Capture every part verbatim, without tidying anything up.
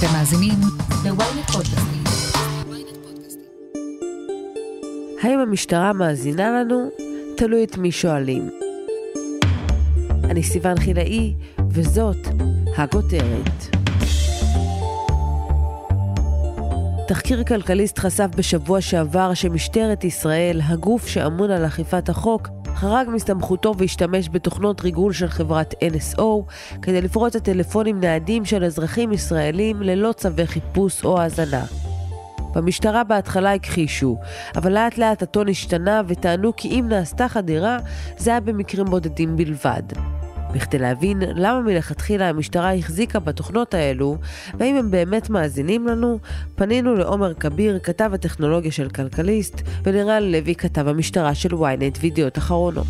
אתם מאזינים ל-ynet פודקאסטים. האם המשטרה מאזינה לנו? תלוי את מי שואלים. אני סיוון חילאי, וזאת הכותרת. תחקיר כלכליסט חשף בשבוע שעבר שמשטרת ישראל, הגוף שאמון על אכיפת החוק, חרג מסמכותו והשתמש בתוכנות ריגול של חברת אן אס או כדי לפרוץ הטלפונים ניידים של אזרחים ישראלים ללא צווי חיפוש או האזנה. במשטרה בהתחלה הכחישו, אבל לאט לאט הטון השתנה וטענו כי אם נעשתה חדירה, זה היה במקרים בודדים בלבד. בכדי להבין למה מלכתחילה המשטרה החזיקה בתוכנות האלו, והאם הם באמת מאזינים לנו, פנינו לעומר כביר, כתב הטכנולוגיה של כלכליסט, ולירן לוי, כתב המשטרה של ynet וידיעות אחרונות.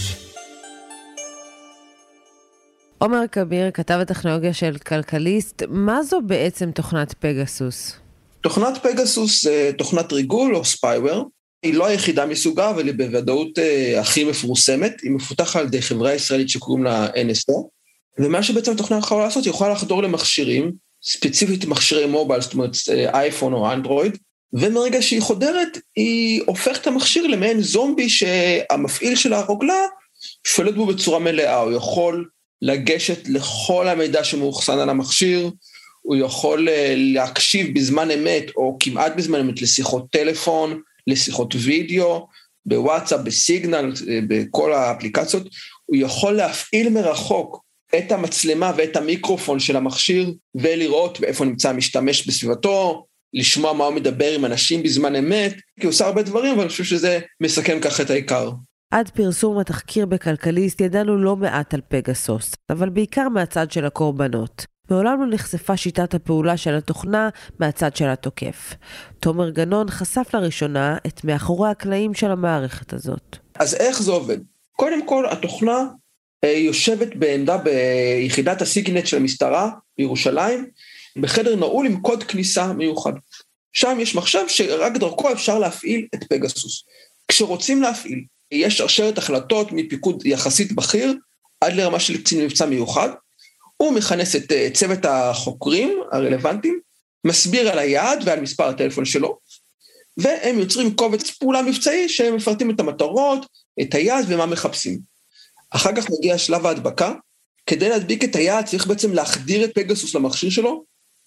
עומר כביר, כתב הטכנולוגיה של כלכליסט, מה זו בעצם תוכנת פגסוס? תוכנת פגסוס זה תוכנת ריגול או ספייוור. היא לא היחידה מסוגה, אבל היא בוודאות אה, הכי מפורסמת. היא מפותחת על ידי חברה ישראלית שקוראים לה אן אס או, ומה שבעצם התוכנה יכולה לעשות, היא יכולה לחדור למכשירים, ספציפית מכשירי מובייל, זאת אומרת אייפון או אנדרואיד, ומרגע שהיא חודרת, היא הופכת את המכשיר למעין זומבי שהמפעיל של הרוגלה שולט בו בצורה מלאה. הוא יכול לגשת לכל המידע שמאוחסן על המכשיר, הוא יכול להקשיב בזמן אמת או כמעט בזמן אמת לשיחות טלפון, לשיחות וידאו, בוואטסאפ, בסיגנל, בכל האפליקציות. הוא יכול להפעיל מרחוק את המצלמה ואת המיקרופון של המכשיר, ולראות באיפה נמצא המשתמש בסביבתו, לשמוע מה הוא מדבר עם אנשים בזמן אמת, כי הוא עושה הרבה דברים, אבל אני חושב שזה מסכם כך את העיקר. עד פרסום התחקיר בכלכליסט ידענו לא מעט על פגסוס, אבל בעיקר מהצד של הקורבנות. מעולם לא נחשפה שיטת הפעולה של התוכנה מהצד של התוקף. תומר גנון חשף לראשונה את מאחורי הקלעים של המערכת הזאת. אז איך זה עובד? קודם כל, התוכנה יושבת בעמדה ביחידת הסיגינט של המשטרה בירושלים, בחדר נעול עם קוד כניסה מיוחד. שם יש מחשב שרק דרכו אפשר להפעיל את פגסוס. כשרוצים להפעיל, יש שרשרת החלטות מפיקוד יחסית בכיר, עד לרמה של קצין מבצע מיוחד, הוא מכנס את צוות החוקרים הרלוונטיים, מסביר על היעד ועל מספר הטלפון שלו, והם יוצרים קובץ פעולה מבצעי שהם מפרטים את המטרות, את היעד ומה מחפשים. אחר כך מגיע שלב ההדבקה, כדי להדביק את היעד צריך בעצם להחדיר את פגסוס למכשיר שלו,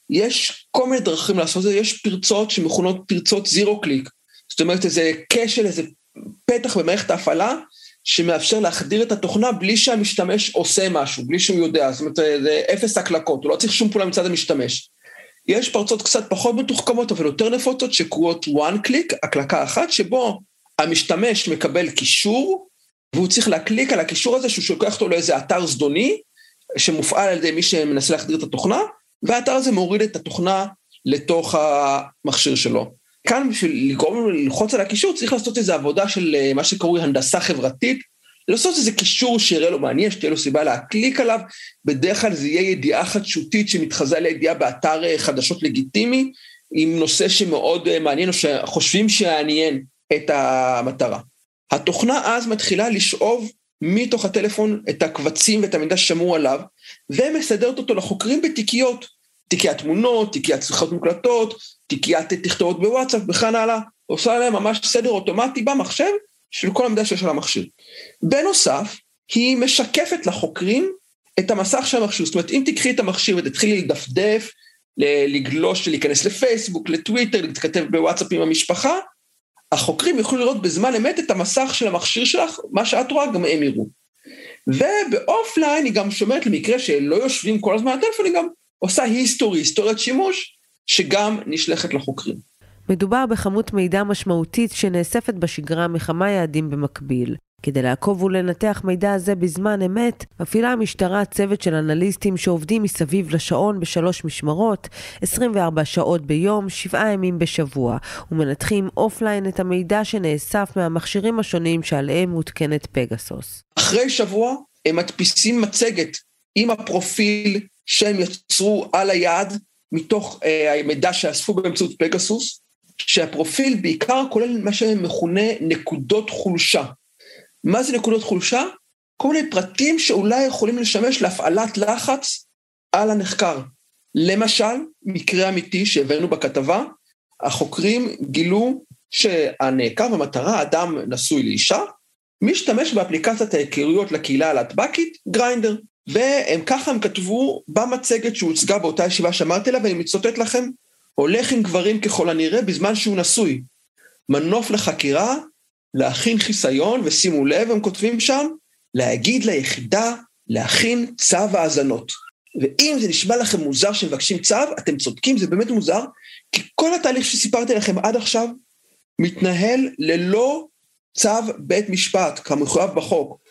יש כל מיני דרכים לעשות זה, יש פרצות שמכונות פרצות זירו קליק, זאת אומרת איזה כשל, איזה פתח במערכת ההפעלה, שמאפשר להחדיר את התוכנה בלי שהמשתמש עושה משהו, בלי שהוא יודע, זאת אומרת, זה אפס הקלקות, הוא לא צריך שום פעולה מצד המשתמש. יש פרצות קצת פחות מתוחכמות, אבל יותר נפוצות, שקרויות one click, הקלקה אחת, שבו המשתמש מקבל קישור, והוא צריך להקליק על הקישור הזה, שהוא שולח אותו לאיזה אתר זדוני, שמופעל על ידי מי שמנסה להחדיר את התוכנה, והאתר הזה מוריד את התוכנה לתוך המכשיר שלו. כאן בשביל לגרום ללחוץ על הקישור, צריך לעשות איזו עבודה של מה שקרוי הנדסה חברתית, לעשות איזה קישור שיראה לו מעניין, שתהיה לו סיבה להקליק עליו, בדרך כלל זה יהיה ידיעה חדשותית שמתחזה לידיעה באתר חדשות לגיטימי, עם נושא שמאוד מעניין או שחושבים שיעניין את המטרה. התוכנה אז מתחילה לשאוב מתוך הטלפון את הקבצים ואת המידע ששמעו עליו, ומסדרת אותו לחוקרים בתיקיות, תיקיית תמונות, תיקיית שיחות מוקלטות, תיקיית תכתובות בוואטסאפ, וכן הלאה, עושה להם ממש סדר אוטומטי במחשב, של כל המידע שיש על המכשיר. בנוסף, היא משקפת לחוקרים את המסך של המכשיר, זאת אומרת, אם תקחי את המכשיר ותתחילי לדפדף, לגלוש, להיכנס לפייסבוק, לטוויטר, להתכתב בוואטסאפ עם המשפחה, החוקרים יוכלו לראות בזמן אמת את המסך של המכשיר שלך, מה שאת רואה גם הם יראו. ובאופליין היא גם שומעת למקרה שלא יושבים כל הזמן הטלפון, היא גם עושה היסטורי, היסטוריית שימוש, שגם נשלחת לחוקרים. מדובר בכמות מידע משמעותית שנאספת בשגרה מכמה יעדים במקביל. כדי לעקוב ולנתח מידע הזה בזמן אמת, מפעילה המשטרה צוות של אנליסטים שעובדים מסביב לשעון בשלוש משמרות, עשרים וארבע שעות ביום, שבעה ימים בשבוע, ומנתחים אופליין את המידע שנאסף מהמכשירים השונים שעליהם מותקנת פגסוס. אחרי שבוע הם מדפיסים מצגת עם הפרופיל שהם יצרו על היעד, מתוך אה, המידע שאספו באמצעות פגסוס, שהפרופיל בעיקר כולל מה שמכונה נקודות חולשה. מה זה נקודות חולשה? כל מיני פרטים שאולי יכולים לשמש להפעלת לחץ על הנחקר. למשל, מקרה אמיתי שהבאנו בכתבה, החוקרים גילו שהנעקב המטרה, אדם נשוי לאישה, משתמש באפליקציית ההיכרויות לקהילה הלהט"בית, גריינדר. והם ככה הם כתבו במצגת שהוצגה באותה ישיבה שאמרתי לה, ואני מצוטט לכם, הולך עם גברים ככל הנראה בזמן שהוא נשוי. מנוף לחקירה, להכין חיסיון, ושימו לב, הם כותבים שם, להגיד ליחידה, להכין צו האזנות. ואם זה נשמע לכם מוזר שמבקשים צו, אתם צודקים, זה באמת מוזר, כי כל התהליך שסיפרתי לכם עד עכשיו, מתנהל ללא צו בית משפט, כמחויב בחוק.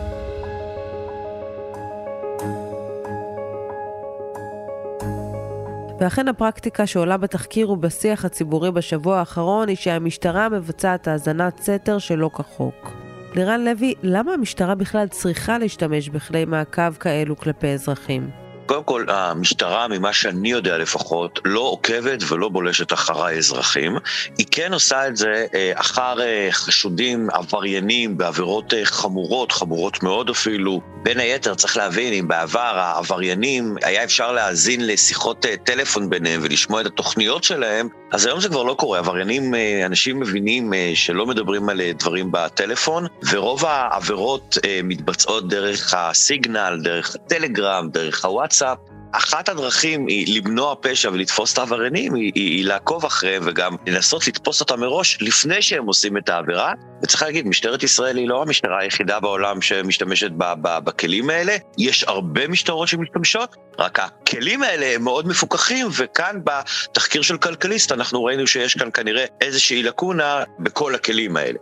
ואכן הפרקטיקה שעולה בתחקיר ובשיח הציבורי בשבוע האחרון היא שהמשטרה מבצעת האזנת סתר שלא כחוק. לירן לוי, למה המשטרה בכלל צריכה להשתמש בכלי מעקב כאלו כלפי אזרחים? קודם כל, המשטרה, ממה שאני יודע לפחות, לא עוקבת ולא בולשת אחר האזרחים. היא כן עושה את זה אחר חשודים, עבריינים, בעבירות חמורות, חמורות מאוד אפילו. בין היתר צריך להבין, אם בעבר העבריינים היה אפשר להאזין לשיחות טלפון ביניהם ולשמוע את התוכניות שלהם, אז היום זה כבר לא קורה. עבריינים, אנשים מבינים שלא מדברים על דברים בטלפון, ורוב העבירות מתבצעות דרך הסיגנל, דרך הטלגרם, דרך הוואטסאפ. אחת הדרכים היא למנוע פשע ולתפוס את העבריינים, היא, היא, היא לעקוב אחריהם וגם לנסות לתפוס אותם מראש לפני שהם עושים את העבירה. וצריך להגיד, משטרת ישראל היא לא המשטרה היחידה בעולם שמשתמשת ב, ב, בכלים האלה. יש הרבה משטרות שמשתמשות, רק הכלים האלה הם מאוד מפוקחים, וכאן בתחקיר של כלכליסט אנחנו ראינו שיש כאן כנראה איזושהי לקונה בכל הכלים האלה.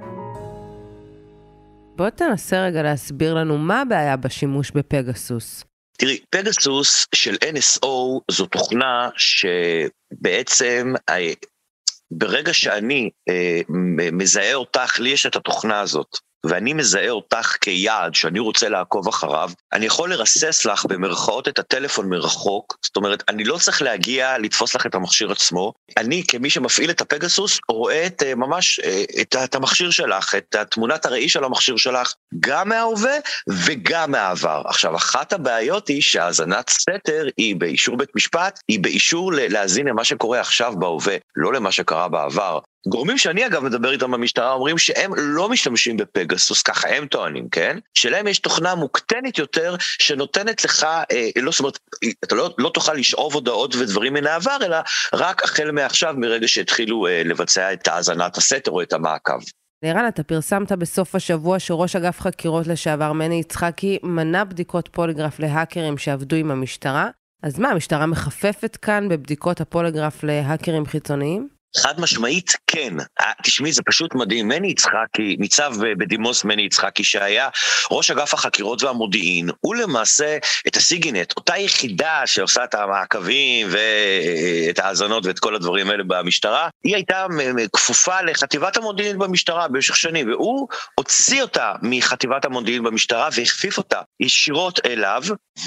בוא תנסה רגע להסביר לנו מה הבעיה בשימוש בפגסוס. תראי, פגסוס של אן אס או זו תוכנה שבעצם ברגע שאני אה, מזהה אותך, לי יש את התוכנה הזאת, ואני מזהה אותך כיעד שאני רוצה לעקוב אחריו, אני יכול לרסס לך במרכאות את הטלפון מרחוק, זאת אומרת, אני לא צריך להגיע לתפוס לך את המכשיר עצמו, אני כמי שמפעיל את הפגסוס, רואה את, ממש את, את המכשיר שלך, את תמונת הראי של המכשיר שלך, גם מההווה וגם מהעבר. עכשיו, אחת הבעיות היא שהאזנת סתר היא באישור בית משפט, היא באישור להאזין למה שקורה עכשיו בהווה, לא למה שקרה בעבר. גורמים שאני אגב מדבר איתם במשטרה אומרים שהם לא משתמשים בפגסוס, ככה הם טוענים, כן? שלהם יש תוכנה מוקטנת יותר שנותנת לך, אה, לא, זאת אומרת, אתה לא, לא תוכל לשאוב הודעות ודברים מן העבר, אלא רק החל מעכשיו מרגע שהתחילו אה, לבצע את האזנת הסתר או את המעקב. לירן, אתה פרסמת בסוף השבוע שראש אגף חקירות לשעבר מני יצחקי מנע בדיקות פוליגרף להאקרים שעבדו עם המשטרה. אז מה, המשטרה מחפפת כאן בבדיקות הפוליגרף להאקרים חיצוניים? חד משמעית כן, תשמעי זה פשוט מדהים, מני יצחקי, ניצב בדימוס מני יצחקי שהיה ראש אגף החקירות והמודיעין, הוא למעשה את הסיגינט, אותה יחידה שעושה את המעקבים ואת האזנות ואת כל הדברים האלה במשטרה, היא הייתה כפופה לחטיבת המודיעין במשטרה במשך שנים, והוא הוציא אותה מחטיבת המודיעין במשטרה והכפיף אותה ישירות אליו,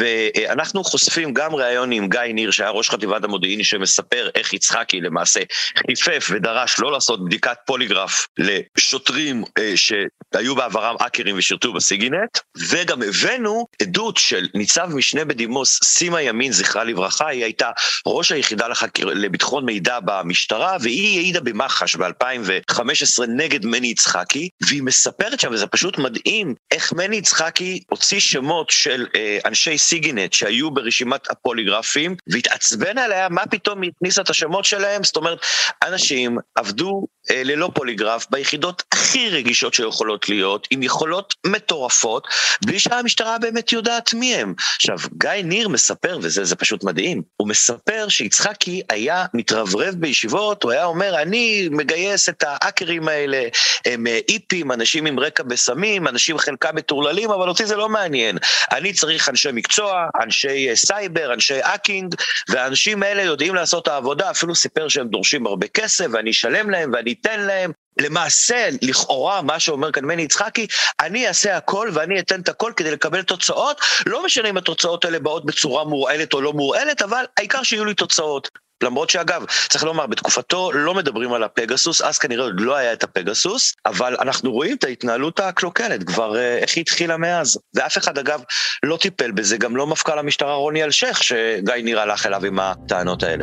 ואנחנו חושפים גם ראיון עם גיא ניר שהיה ראש חטיבת המודיעין שמספר איך יצחקי למעשה חיפף ודרש לא לעשות בדיקת פוליגרף לשוטרים אה, שהיו בעברם אקרים ושירתו בסיגינט, וגם הבאנו עדות של ניצב משנה בדימוס סימה ימין זכרה לברכה, היא הייתה ראש היחידה לחקיר, לביטחון מידע במשטרה, והיא העידה במח"ש ב-אלפיים וחמש עשרה נגד מני יצחקי, והיא מספרת שם, וזה פשוט מדהים, איך מני יצחקי הוציא שמות של אה, אנשי סיגינט שהיו ברשימת הפוליגרפים, והתעצבן עליה מה פתאום היא הכניסה את השמות שלהם, זאת אומרת, אנשים עבדו אה, ללא פוליגרף ביחידות הכי רגישות שיכולות להיות, עם יכולות מטורפות, בלי שהמשטרה באמת יודעת מי הם. עכשיו, גיא ניר מספר, וזה זה פשוט מדהים, הוא מספר שיצחקי היה מתרברב בישיבות, הוא היה אומר, אני מגייס את האקרים האלה, הם איפים, אנשים עם רקע בסמים, אנשים חלקם מטורללים, אבל אותי זה לא מעניין. אני צריך אנשי מקצוע, אנשי סייבר, אנשי אקינג, והאנשים האלה יודעים לעשות העבודה, אפילו סיפר שהם דורשים הרבה כסף, ואני אשלם להם ואני אתן להם. למעשה, לכאורה, מה שאומר כאן מני יצחקי, אני אעשה הכל ואני אתן את הכל כדי לקבל תוצאות, לא משנה אם התוצאות האלה באות בצורה מורעלת או לא מורעלת, אבל העיקר שיהיו לי תוצאות. למרות שאגב, צריך לומר, בתקופתו לא מדברים על הפגסוס, אז כנראה עוד לא היה את הפגסוס, אבל אנחנו רואים את ההתנהלות הקלוקלת, כבר איך היא התחילה מאז, ואף אחד אגב לא טיפל בזה, גם לא מפכ"ל המשטרה רוני אלשיך, שגיא נראה לך אליו עם הטענות האלה.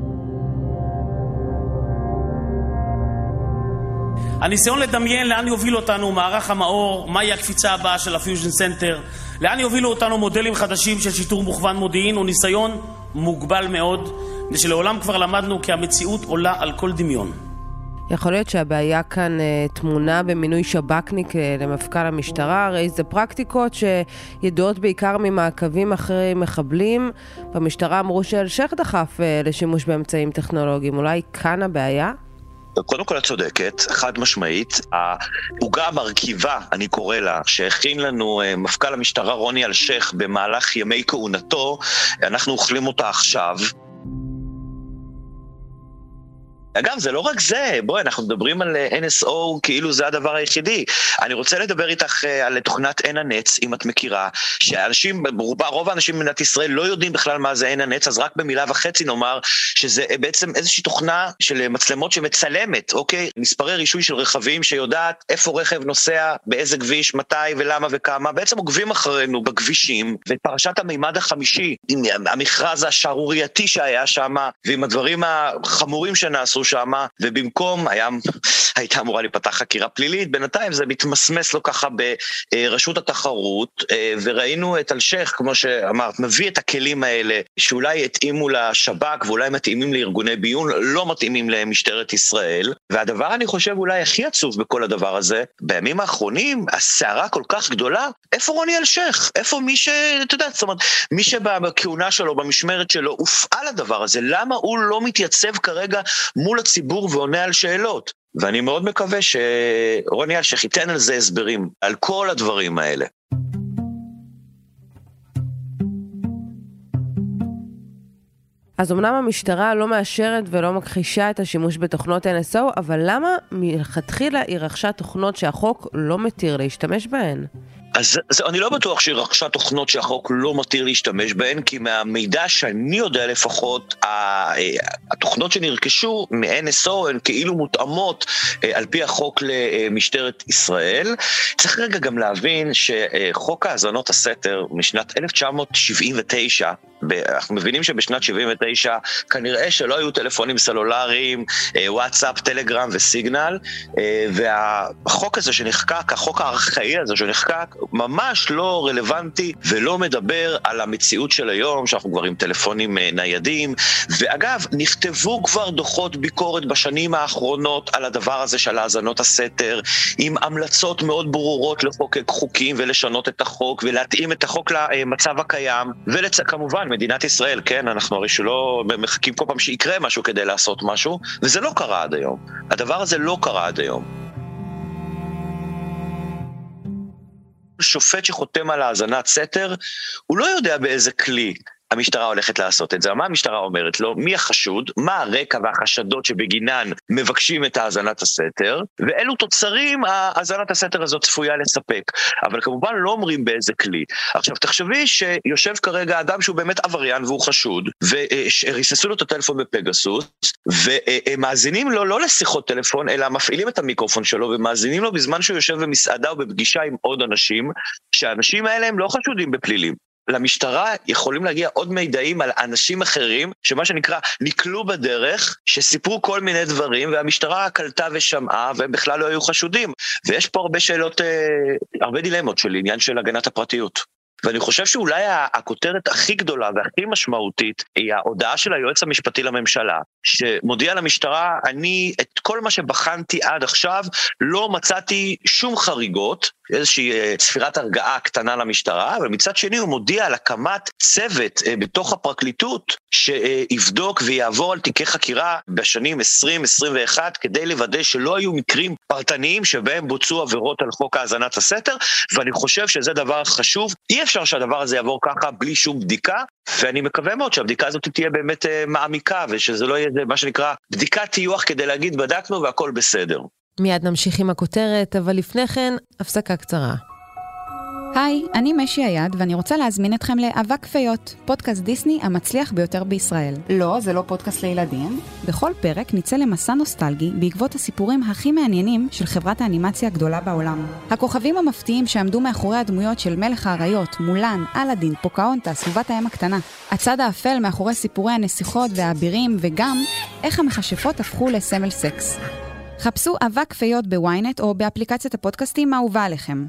הניסיון לדמיין לאן יובילו אותנו מערך המאור, מהי הקפיצה הבאה של הפיוז'ן סנטר, לאן יובילו אותנו מודלים חדשים של שיטור מוכוון מודיעין, הוא ניסיון מוגבל מאוד, ושלעולם כבר למדנו כי המציאות עולה על כל דמיון. יכול להיות שהבעיה כאן uh, תמונה במינוי שב"כניק uh, למפכ"ל המשטרה, הרי זה פרקטיקות שידועות בעיקר ממעקבים אחרי מחבלים. במשטרה אמרו שאלשיך דחף uh, לשימוש באמצעים טכנולוגיים, אולי כאן הבעיה? קודם כל את צודקת, חד משמעית, העוגה המרכיבה, אני קורא לה, שהכין לנו מפכ"ל המשטרה רוני אלשיך במהלך ימי כהונתו, אנחנו אוכלים אותה עכשיו. אגב, זה לא רק זה, בואי, אנחנו מדברים על אן אס או כאילו זה הדבר היחידי. אני רוצה לדבר איתך על תוכנת עין הנץ, אם את מכירה, שאנשים, רוב האנשים במדינת ישראל לא יודעים בכלל מה זה עין הנץ, אז רק במילה וחצי נאמר שזה בעצם איזושהי תוכנה של מצלמות שמצלמת, אוקיי? מספרי רישוי של רכבים שיודעת איפה רכב נוסע, באיזה כביש, מתי ולמה וכמה, בעצם עוקבים אחרינו בכבישים, ופרשת המימד החמישי, עם המכרז השערורייתי שהיה שם, ועם הדברים החמורים שנעשו שמה, ובמקום היה, הייתה אמורה להיפתח חקירה פלילית, בינתיים זה מתמסמס לו ככה ברשות התחרות, וראינו את אלשיך, כמו שאמרת, מביא את הכלים האלה, שאולי התאימו לשב"כ, ואולי מתאימים לארגוני ביון, לא מתאימים למשטרת ישראל, והדבר אני חושב אולי הכי עצוב בכל הדבר הזה, בימים האחרונים, הסערה כל כך גדולה, איפה רוני אלשיך? איפה מי ש... אתה יודע, זאת אומרת, מי שבכהונה שלו, במשמרת שלו, הופעל הדבר הזה, למה הוא לא מתייצב כרגע מול הציבור ועונה על שאלות? ואני מאוד מקווה שרוני אלשיך ייתן על זה הסברים, על כל הדברים האלה. אז אמנם המשטרה לא מאשרת ולא מכחישה את השימוש בתוכנות אן אס או, אבל למה מלכתחילה היא רכשה תוכנות שהחוק לא מתיר להשתמש בהן? אז, אז אני לא בטוח שהיא רכשה תוכנות שהחוק לא מתיר להשתמש בהן, כי מהמידע שאני יודע לפחות, התוכנות שנרכשו מ-אן אס או הן כאילו מותאמות על פי החוק למשטרת ישראל. צריך רגע גם להבין שחוק האזנות הסתר משנת אלף תשע מאות שבעים ותשע, אנחנו מבינים שבשנת שבעים ותשע כנראה שלא היו טלפונים סלולריים, וואטסאפ, טלגרם וסיגנל, והחוק הזה שנחקק, החוק הארכאי הזה שנחקק, ממש לא רלוונטי ולא מדבר על המציאות של היום, שאנחנו כבר עם טלפונים ניידים, ואגב, נכתבו כבר דוחות ביקורת בשנים האחרונות על הדבר הזה של האזנות הסתר, עם המלצות מאוד ברורות לחוקק חוקים ולשנות את החוק, ולהתאים את החוק למצב הקיים, וכמובן, מדינת ישראל, כן, אנחנו הרי שלא מחכים כל פעם שיקרה משהו כדי לעשות משהו, וזה לא קרה עד היום. הדבר הזה לא קרה עד היום. שופט שחותם על האזנת סתר, הוא לא יודע באיזה כלי המשטרה הולכת לעשות את זה. מה המשטרה אומרת לו? מי החשוד? מה הרקע והחשדות שבגינן מבקשים את האזנת הסתר? ואילו תוצרים האזנת הסתר הזאת צפויה לספק. אבל כמובן לא אומרים באיזה כלי. עכשיו תחשבי שיושב כרגע אדם שהוא באמת עבריין והוא חשוד, וריססו לו את הטלפון בפגסוס, ומאזינים לו לא לשיחות טלפון, אלא מפעילים את המיקרופון שלו, ומאזינים לו בזמן שהוא יושב במסעדה או בפגישה עם עוד אנשים, שהאנשים האלה הם לא חשודים בפלילים. למשטרה יכולים להגיע עוד מידעים על אנשים אחרים, שמה שנקרא נקלו בדרך, שסיפרו כל מיני דברים, והמשטרה קלטה ושמעה, והם בכלל לא היו חשודים. ויש פה הרבה שאלות, הרבה דילמות של עניין של הגנת הפרטיות. ואני חושב שאולי הכותרת הכי גדולה והכי משמעותית היא ההודעה של היועץ המשפטי לממשלה, שמודיע למשטרה, אני את כל מה שבחנתי עד עכשיו לא מצאתי שום חריגות, איזושהי ספירת הרגעה קטנה למשטרה, ומצד שני הוא מודיע על הקמת צוות בתוך הפרקליטות שיבדוק ויעבור על תיקי חקירה בשנים עשרים עשרים ואחת כדי לוודא שלא היו מקרים פרטניים שבהם בוצעו עבירות על חוק האזנת הסתר, ואני חושב שזה דבר חשוב. אי אפשר שהדבר הזה יעבור ככה בלי שום בדיקה, ואני מקווה מאוד שהבדיקה הזאת תהיה באמת מעמיקה, ושזה לא יהיה מה שנקרא בדיקת טיוח כדי להגיד בדקנו והכל בסדר. מיד נמשיך עם הכותרת, אבל לפני כן, הפסקה קצרה. היי, אני משי היד, ואני רוצה להזמין אתכם לאבק פיות, פודקאסט דיסני המצליח ביותר בישראל. לא, זה לא פודקאסט לילדים. בכל פרק נצא למסע נוסטלגי בעקבות הסיפורים הכי מעניינים של חברת האנימציה הגדולה בעולם. הכוכבים המפתיעים שעמדו מאחורי הדמויות של מלך האריות, מולן, אלאדין, פוקהונטס, סביבת הים הקטנה. הצד האפל מאחורי סיפורי הנסיכות והאבירים, וגם איך המכשפות הפכו לסמל סקס. חפשו אבק פיות בוויינט או באפליקציית הפודקאסטים האהובה עליכם.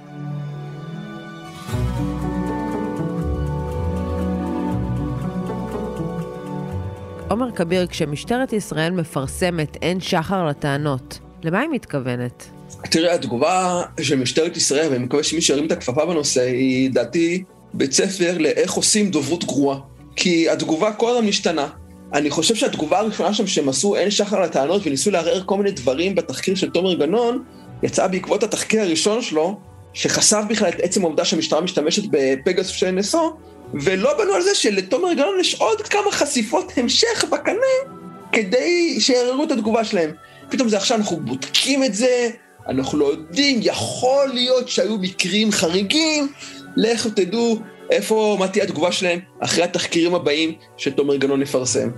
עומר כביר, כשמשטרת ישראל מפרסמת אין שחר לטענות, למה היא מתכוונת? תראה, התגובה של משטרת ישראל, ואני מקווה שמי שירים את הכפפה בנושא, היא דעתי בית ספר לאיך עושים דוברות גרועה. כי התגובה כל הזמן משתנה. אני חושב שהתגובה הראשונה שם שהם עשו אין שחר לטענות וניסו לערער כל מיני דברים בתחקיר של תומר גנון, יצאה בעקבות התחקיר הראשון שלו, שחשף בכלל את עצם העובדה שהמשטרה משתמשת בפגסוס של אן אס או, ולא בנו על זה שלתומר גנון יש עוד כמה חשיפות המשך בקנה, כדי שיערערו את התגובה שלהם. פתאום זה עכשיו, אנחנו בודקים את זה, אנחנו לא יודעים, יכול להיות שהיו מקרים חריגים, לכו תדעו איפה, מה תהיה התגובה שלהם, אחרי התחקירים הבאים שתומר גנון יפרסם.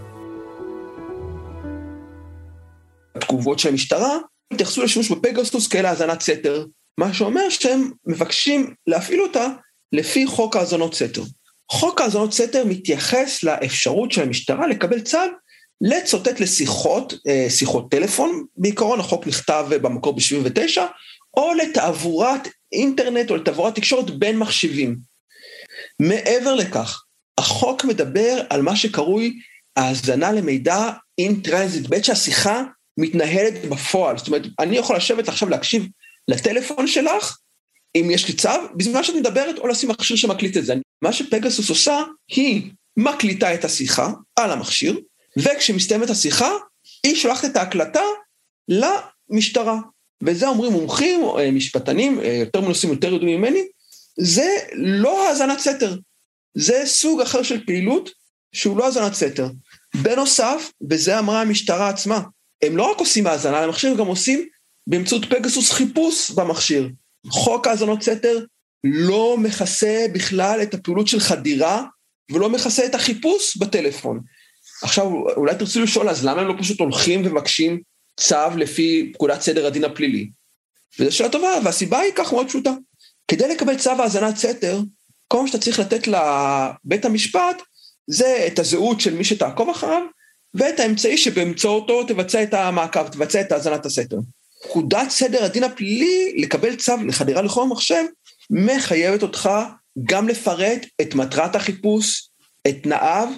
התגובות של המשטרה התייחסו לשימוש בפגסוס כאלה האזנת סתר, מה שאומר שהם מבקשים להפעיל אותה לפי חוק האזנות סתר. חוק האזנות סתר מתייחס לאפשרות של המשטרה לקבל צו לצוטט לשיחות, שיחות טלפון, בעיקרון החוק נכתב במקור ב-שבעים ותשע, או לתעבורת אינטרנט או לתעבורת תקשורת בין מחשבים. מעבר לכך, החוק מדבר על מה שקרוי האזנה למידע in transit, בעת שהשיחה מתנהלת בפועל. זאת אומרת, אני יכול לשבת עכשיו להקשיב לטלפון שלך, אם יש לי צו, בזמן שאת מדברת, או לשים מכשיר שמקליט את זה. מה שפגסוס עושה, היא מקליטה את השיחה על המכשיר, וכשמסתיימת השיחה, היא שולחת את ההקלטה למשטרה. וזה אומרים מומחים, או משפטנים, יותר מנוסים, יותר ידועים ממני, זה לא האזנת סתר. זה סוג אחר של פעילות, שהוא לא האזנת סתר. בנוסף, וזה אמרה המשטרה עצמה, הם לא רק עושים האזנה למכשיר, גם עושים באמצעות פגסוס חיפוש במכשיר. חוק האזנות סתר לא מכסה בכלל את הפעילות של חדירה, ולא מכסה את החיפוש בטלפון. עכשיו, אולי תרצו לשאול, אז למה הם לא פשוט הולכים ומקשים צו לפי פקודת סדר הדין הפלילי? וזו שאלה טובה, והסיבה היא כך מאוד פשוטה. כדי לקבל צו האזנת סתר, כל מה שאתה צריך לתת לבית המשפט, זה את הזהות של מי שתעקוב אחריו, ואת האמצעי שבאמצעותו תבצע את המעקב, תבצע את האזנת הסתר. פקודת סדר הדין הפלילי, לקבל צו לחדירה לכל מחשב, מחייבת אותך גם לפרט את מטרת החיפוש, את תנאיו,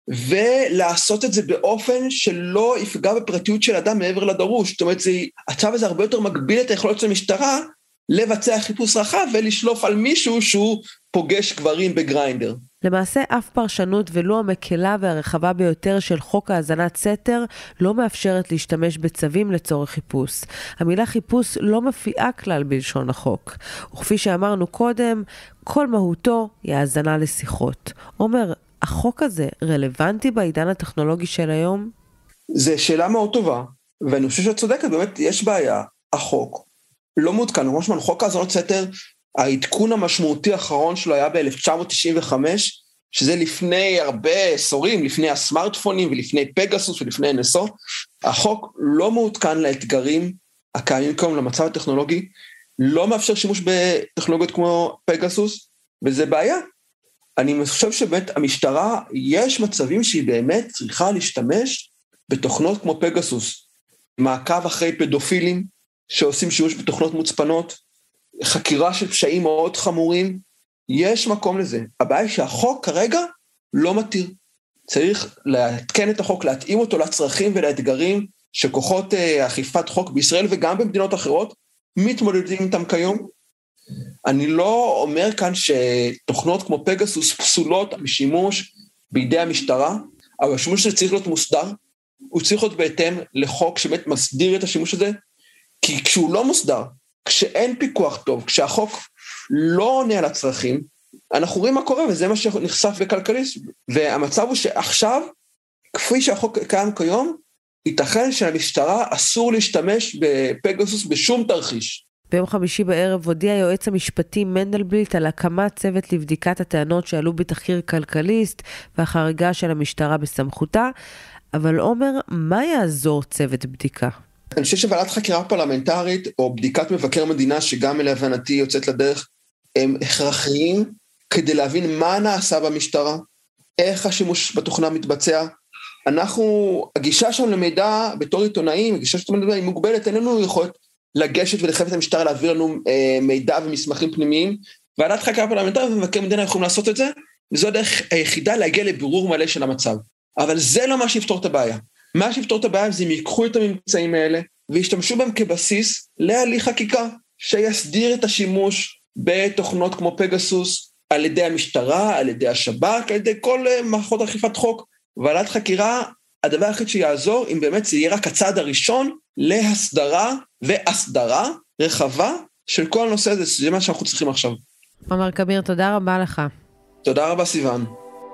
ולעשות את זה באופן שלא יפגע בפרטיות של אדם מעבר לדרוש. זאת אומרת, זה, הצו הזה הרבה יותר מגביל את היכולות של המשטרה, לבצע חיפוש רחב ולשלוף על מישהו שהוא פוגש גברים בגריינדר. למעשה אף פרשנות ולא המקלה והרחבה ביותר של חוק האזנת סתר לא מאפשרת להשתמש בצווים לצורך חיפוש. המילה חיפוש לא מופיעה כלל בלשון החוק. וכפי שאמרנו קודם, כל מהותו היא האזנה לשיחות. עומר, החוק הזה רלוונטי בעידן הטכנולוגי של היום? זו שאלה מאוד טובה, ואני חושב שאת צודקת, באמת יש בעיה. החוק לא מעודכן, כמו שאמרנו, חוק האזנות סתר, העדכון המשמעותי האחרון שלו היה ב-אלף תשע מאות תשעים וחמש, שזה לפני הרבה עשורים, לפני הסמארטפונים ולפני פגסוס ולפני אן אס או, החוק לא מעודכן לאתגרים הקיימים כיום למצב הטכנולוגי, לא מאפשר שימוש בטכנולוגיות כמו פגסוס, וזה בעיה. אני חושב שבאמת המשטרה, יש מצבים שהיא באמת צריכה להשתמש בתוכנות כמו פגסוס, מעקב אחרי פדופילים שעושים שימוש בתוכנות מוצפנות, חקירה של פשעים מאוד חמורים, יש מקום לזה. הבעיה היא שהחוק כרגע לא מתיר. צריך להתקן את החוק, להתאים אותו לצרכים ולאתגרים שכוחות אכיפת חוק בישראל וגם במדינות אחרות מתמודדים איתם כיום. אני לא אומר כאן שתוכנות כמו פגסוס פסולות משימוש בידי המשטרה, אבל השימוש הזה צריך להיות מוסדר, הוא צריך להיות בהתאם לחוק שבאמת מסדיר את השימוש הזה, כי כשהוא לא מוסדר, כשאין פיקוח טוב, כשהחוק לא עונה על הצרכים, אנחנו רואים מה קורה, וזה מה שנחשף בכלכליסט, והמצב הוא שעכשיו, כפי שהחוק קיים כיום, ייתכן שלמשטרה אסור להשתמש בפגסוס בשום תרחיש. ביום חמישי בערב הודיע היועץ המשפטי מנדלבליט על הקמת צוות לבדיקת הטענות שעלו בתחקיר כלכליסט והחריגה של המשטרה בסמכותה. אבל עומר, מה יעזור צוות בדיקה? אני חושב שוועדת חקירה פרלמנטרית או בדיקת מבקר מדינה שגם להבנתי יוצאת לדרך הם הכרחיים כדי להבין מה נעשה במשטרה, איך השימוש בתוכנה מתבצע. אנחנו, הגישה שלנו למידע בתור עיתונאים, הגישה שלנו למידע היא מוגבלת, אין לנו יכולת לגשת ולחייב את המשטרה להעביר לנו אה, מידע ומסמכים פנימיים. ועדת חקירה פרלמנטרית ומבקר מדינה יכולים לעשות את זה, וזו הדרך היחידה להגיע לבירור מלא של המצב. אבל זה לא מה שיפתור את הבעיה. מה שיפתור את הבעיה זה אם ייקחו את הממצאים האלה, וישתמשו בהם כבסיס להליך חקיקה, שיסדיר את השימוש בתוכנות כמו פגסוס, על ידי המשטרה, על ידי השב"כ, על ידי כל מערכות אכיפת חוק. ועדת חקירה, הדבר היחיד שיעזור, אם באמת זה יהיה רק הצעד הראשון, להסדרה והסדרה רחבה של כל הנושא הזה, זה מה שאנחנו צריכים עכשיו. עומר כביר, תודה רבה לך. תודה רבה סיוון.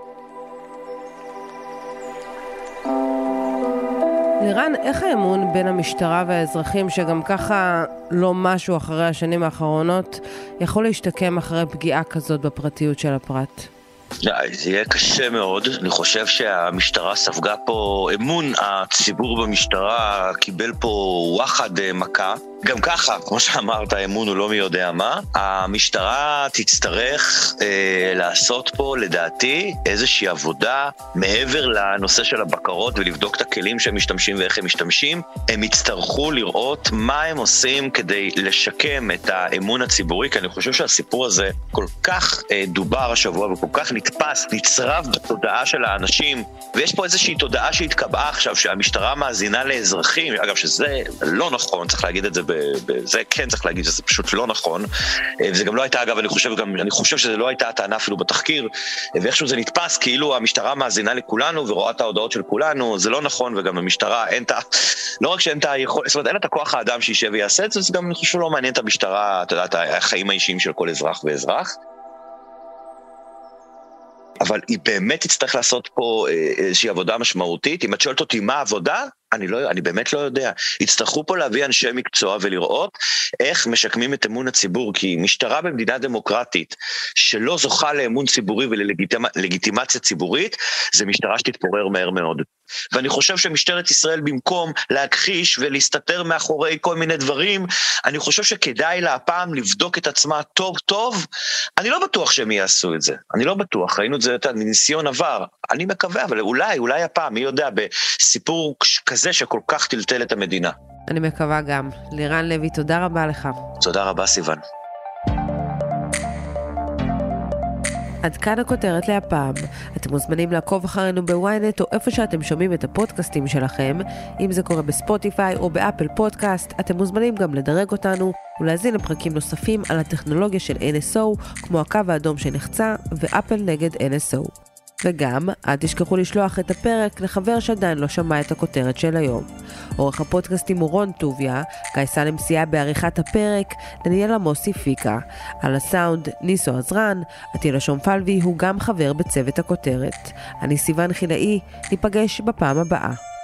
לירן, איך האמון בין המשטרה והאזרחים, שגם ככה לא משהו אחרי השנים האחרונות, יכול להשתקם אחרי פגיעה כזאת בפרטיות של הפרט? זה יהיה קשה מאוד. אני חושב שהמשטרה ספגה פה, אמון הציבור במשטרה קיבל פה וואחד מכה. גם ככה, כמו שאמרת, האמון הוא לא מי יודע מה. המשטרה תצטרך אה, לעשות פה, לדעתי, איזושהי עבודה מעבר לנושא של הבקרות ולבדוק את הכלים שהם משתמשים ואיך הם משתמשים. הם יצטרכו לראות מה הם עושים כדי לשקם את האמון הציבורי, כי אני חושב שהסיפור הזה כל כך אה, דובר השבוע וכל כך נתפס, נצרב בתודעה של האנשים, ויש פה איזושהי תודעה שהתקבעה עכשיו, שהמשטרה מאזינה לאזרחים, אגב שזה לא נכון, צריך להגיד את זה, זה כן צריך להגיד שזה פשוט לא נכון, וזה גם לא הייתה, אגב, אני חושב, גם, אני חושב שזה לא הייתה הטענה אפילו בתחקיר, ואיכשהו זה נתפס כאילו המשטרה מאזינה לכולנו ורואה את ההודעות של כולנו, זה לא נכון, וגם המשטרה אין את, לא רק שאין את היכולת, זאת אומרת, אין את הכוח האדם שישב ויעשה את זה, זה גם, אני חושב, לא מעניין את המשטרה, אתה יודע, את החיים האישיים של כל אזרח ואזרח. אבל היא באמת תצטרך לעשות פה איזושהי עבודה משמעותית. אם את שואלת אותי מה העבודה, אני, לא, אני באמת לא יודע. יצטרכו פה להביא אנשי מקצוע ולראות איך משקמים את אמון הציבור, כי משטרה במדינה דמוקרטית שלא זוכה לאמון ציבורי וללגיטימציה ציבורית, זה משטרה שתתפורר מהר מאוד. ואני חושב שמשטרת ישראל במקום להכחיש ולהסתתר מאחורי כל מיני דברים, אני חושב שכדאי לה הפעם לבדוק את עצמה טוב טוב. אני לא בטוח שהם יעשו את זה. אני לא בטוח, ראינו את זה יותר מניסיון עבר. אני מקווה, אבל אולי, אולי הפעם, מי יודע, בסיפור כזה שכל כך טלטל את המדינה. אני מקווה גם. לירן לוי, תודה רבה לך. תודה רבה, סיוון. עד כאן הכותרת להפעם. אתם מוזמנים לעקוב אחרינו בוויינט או איפה שאתם שומעים את הפודקאסטים שלכם. אם זה קורה בספוטיפיי או באפל פודקאסט, אתם מוזמנים גם לדרג אותנו ולהזין לפרקים נוספים על הטכנולוגיה של אן אס או, כמו הקו האדום שנחצה ואפל נגד אן אס או. וגם, אל תשכחו לשלוח את הפרק לחבר שעדיין לא שמע את הכותרת של היום. עורך הפודקאסטים הוא רון טוביה, גיא סלם סייע בעריכת הפרק, דניאלה מוסי פיקה. על הסאונד, ניסו עזרן, עטילה שומפלבי הוא גם חבר בצוות הכותרת. אני סיוון חילאי, ניפגש בפעם הבאה.